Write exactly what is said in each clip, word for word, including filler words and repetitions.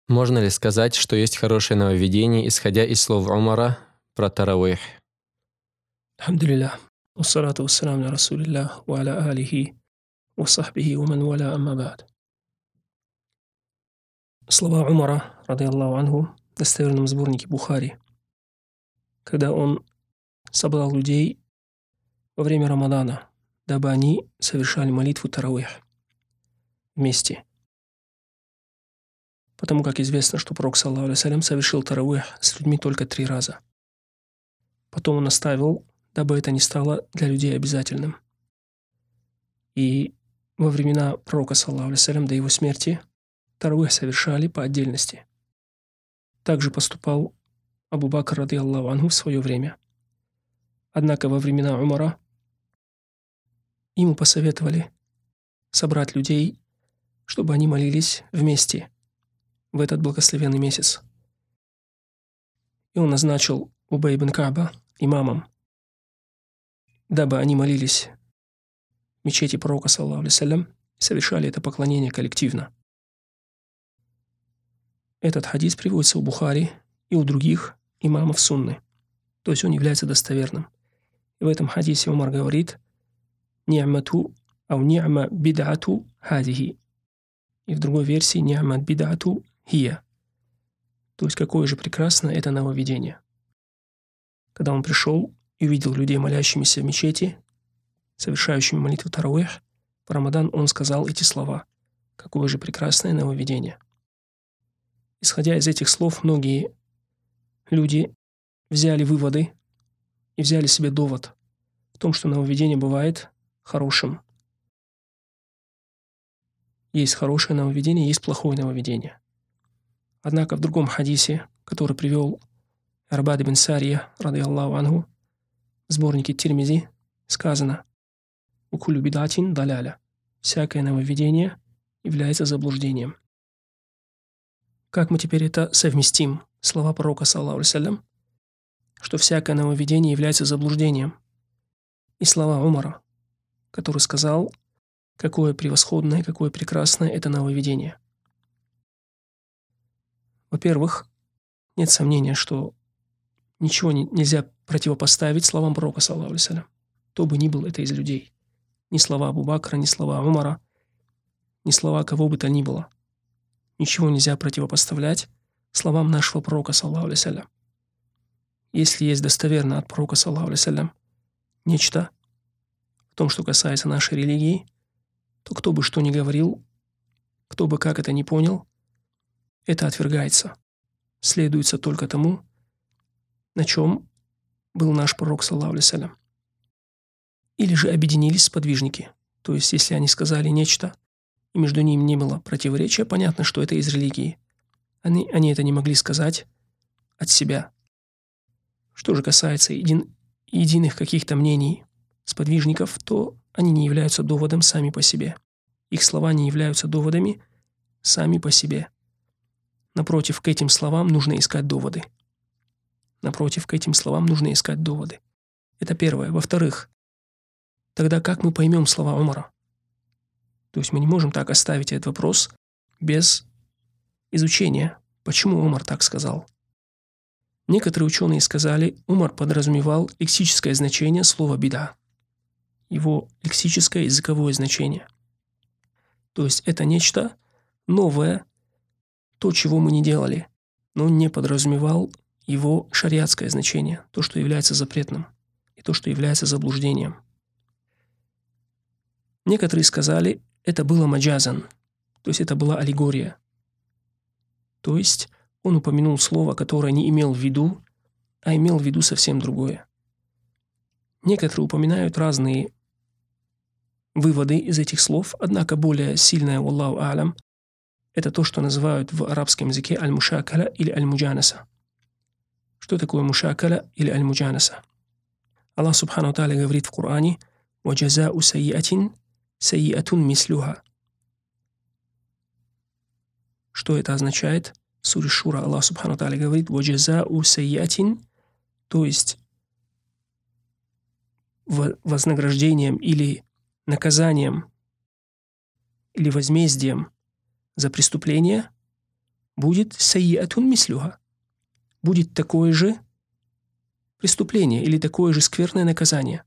Можно ли сказать, что есть хорошее нововведение, исходя из слов Умара про таравих? Алхамдулиллах. Вассалату вассаляму аля расулиллах ва аля алихи ва сахбихи ва ман валя амма ба'д. Слова Умара, рады Аллаху анху, в достоверном сборнике Бухари, когда он собрал людей во время Рамадана, дабы они совершали молитву таравих вместе. Потому как известно, что Пророк саллаллаху алейхи ва саллям совершил таравих с людьми только три раза. Потом он оставил, дабы это не стало для людей обязательным. И во времена Пророка саллаллаху алейхи ва саллям до его смерти таравих совершали по отдельности. Также поступал Абу Бакр, рады Аллаху анху, в свое время. Однако во времена Умара ему посоветовали собрать людей, чтобы они молились вместе в этот благословенный месяц. И он назначил Убай ибн Кааба имамом, дабы они молились в мечети Пророка саллаллаху алейхи ва саллям и совершали это поклонение коллективно. Этот хадис приводится у Бухари и у других имамов сунны, то есть он является достоверным. И в этом хадисе Умар говорит: «Ни'мату ау ни'ма бид'ату хадихи». И в другой версии «Ни'мат бид'ату хия». То есть какое же прекрасное это нововведение. Когда он пришел и увидел людей, молящимися в мечети, совершающими молитву таравих, в Рамадан он сказал эти слова: «Какое же прекрасное нововведение». Исходя из этих слов, многие люди взяли выводы и взяли себе довод в том, что нововведение бывает хорошим. Есть хорошее нововведение, есть плохое нововведение. Однако в другом хадисе, который привел Арбад ибн Сария, рады Аллаху анху, в сборнике Тирмизи, сказано: «Укулю бидатин даляля». Всякое нововведение является заблуждением. Как мы теперь это совместим? Слова пророка, саллаллаху алейхи ва саллям, что всякое нововведение является заблуждением, и слова Умара, который сказал, какое превосходное, какое прекрасное это нововведение. Во-первых, нет сомнения, что ничего не, нельзя противопоставить словам пророка, саллаллаху алейхи ва саллям. Кто бы ни был это из людей. Ни слова Абу Бакра, ни слова Умара, ни слова кого бы то ни было. Ничего нельзя противопоставлять словам нашего пророка, саллаллаху алейхи ва саллям. Если есть достоверно от пророка, саллаллаху алейхи ва саллям, нечто в том, что касается нашей религии, то кто бы что ни говорил, кто бы как это ни понял, это отвергается. Следуется только тому, на чем был наш пророк, саллаллаху алейхи ва саллям. Или же объединились сподвижники. То есть, если они сказали нечто, и между ними не было противоречия, понятно, что это из религии. Они, они это не могли сказать от себя. Что же касается един, единых каких-то мнений сподвижников, то они не являются доводом сами по себе. Их слова не являются доводами сами по себе. Напротив, к этим словам нужно искать доводы. Напротив, к этим словам нужно искать доводы. Это первое. Во-вторых, тогда как мы поймем слова Умара? То есть мы не можем так оставить этот вопрос без изучения, почему Умар так сказал. Некоторые ученые сказали, Умар подразумевал лексическое значение слова «бида», его лексическое языковое значение. То есть это нечто новое, то, чего мы не делали, но он не подразумевал его шариатское значение, то, что является запретным, и то, что является заблуждением. Некоторые сказали, это было маджазан, то есть это была аллегория. То есть он упомянул слово, которое не имел в виду, а имел в виду совсем другое. Некоторые упоминают разные выводы из этих слов, однако более сильное, валлаху а'лям, это то, что называют в арабском языке аль-мушакаля или аль-муджанаса. Что такое мушакаля или аль-муджанаса? Аллах субхану ва тааля говорит в Коране: «Ваджазау сайятин сайятун мислюха». Что это означает? В суре Шура Аллах субхану ва тааля говорит: «Ваджазау сайятин», то есть вознаграждением или наказанием или возмездием за преступление будет сайятун мислюха. Будет такое же преступление или такое же скверное наказание.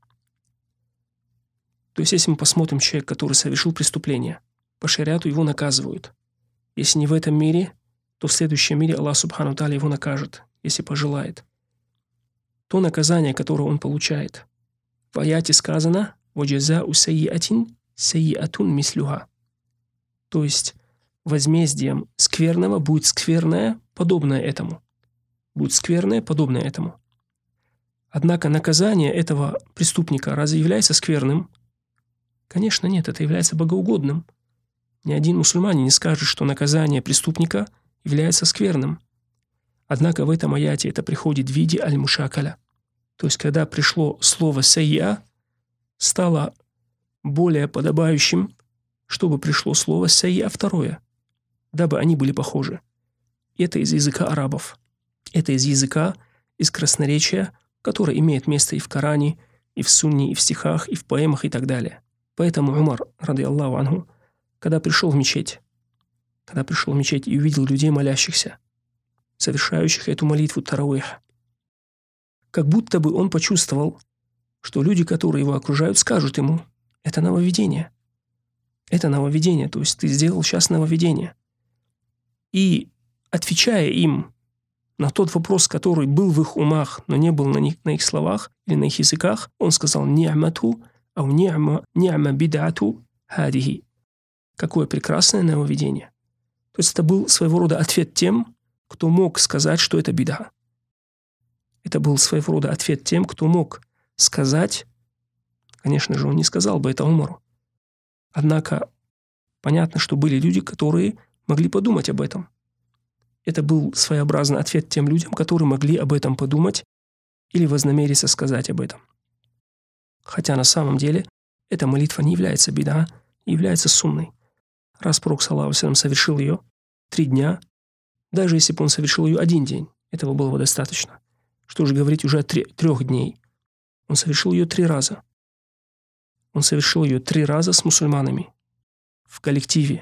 То есть, если мы посмотрим человека, который совершил преступление, по шариату его наказывают. Если не в этом мире, то в следующем мире Аллах Субхану Тааля его накажет, если пожелает. То наказание, которое он получает. В аяте сказано «Ваджазау сайятин сайятун мислюха». То есть, возмездием скверного будет скверное, подобное этому. Будет скверное, подобное этому. Однако наказание этого преступника разве является скверным? Конечно, нет, это является богоугодным. Ни один мусульманин не скажет, что наказание преступника является скверным. Однако в этом аяте это приходит в виде аль-мушакаля. То есть, когда пришло слово «сайя», стало более подобающим, чтобы пришло слово «сайя» второе, дабы они были похожи. Это из языка арабов. Это из языка, из красноречия, которое имеет место и в Коране, и в Сунне, и в стихах, и в поэмах, и так далее. Поэтому Умар, ради Аллаху анху, когда пришел в мечеть, когда пришел в мечеть и увидел людей молящихся, совершающих эту молитву таравих, как будто бы он почувствовал, что люди, которые его окружают, скажут ему: это нововведение. Это нововведение, то есть ты сделал сейчас нововведение. И отвечая им на тот вопрос, который был в их умах, но не был на, них, на их словах или на их языках, он сказал: «Ни'мату, ау ни'ма, ни'ма бид'ату хадихи». Какое прекрасное нововведение. То есть это был своего рода ответ тем, кто мог сказать, что это бид'а. Это был своего рода ответ тем, кто мог сказать, конечно же, он не сказал бы это Умару. Однако понятно, что были люди, которые могли подумать об этом. Это был своеобразный ответ тем людям, которые могли об этом подумать или вознамериться сказать об этом. Хотя на самом деле эта молитва не является бид'а, является сунной. Раз Пророк саллаллаху алейхи ва саллям совершил ее три дня, даже если бы он совершил ее один день, этого было бы достаточно. Что же говорить уже о три, трех дней. Он совершил ее три раза. Он совершил ее три раза с мусульманами в коллективе.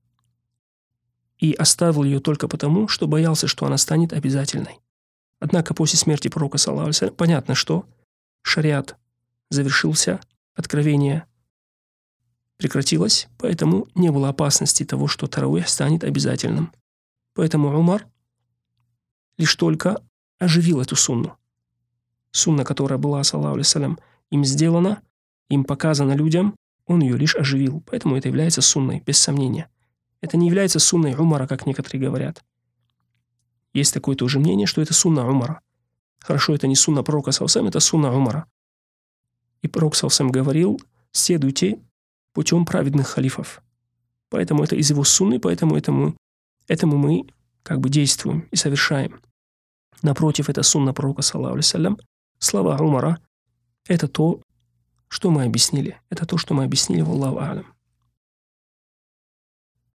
И оставил ее только потому, что боялся, что она станет обязательной. Однако после смерти пророка, саллаллаху алейхи ва саллям, понятно, что шариат завершился, откровение прекратилось, поэтому не было опасности того, что таравих станет обязательным. Поэтому Умар лишь только оживил эту сунну. Сунна, которая была, саллаллаху алейхи ва саллям, им сделана, им показана людям, он ее лишь оживил. Поэтому это является сунной, без сомнения. Это не является сунной Умара, как некоторые говорят. Есть такое тоже мнение, что это сунна Умара. Хорошо, это не сунна пророка, саллаллаху алейхи ва саллям, это сунна Умара. И пророк, саллаллаху алейхи ва саллям, говорил: следуйте путем праведных халифов. Поэтому это из его сунны, поэтому этому, этому мы как бы действуем и совершаем. Напротив, это сунна пророка, саллаллаху алейхи ва саллям. Слова Умара – это то, что мы объяснили. Это то, что мы объяснили, валлаху а'лям.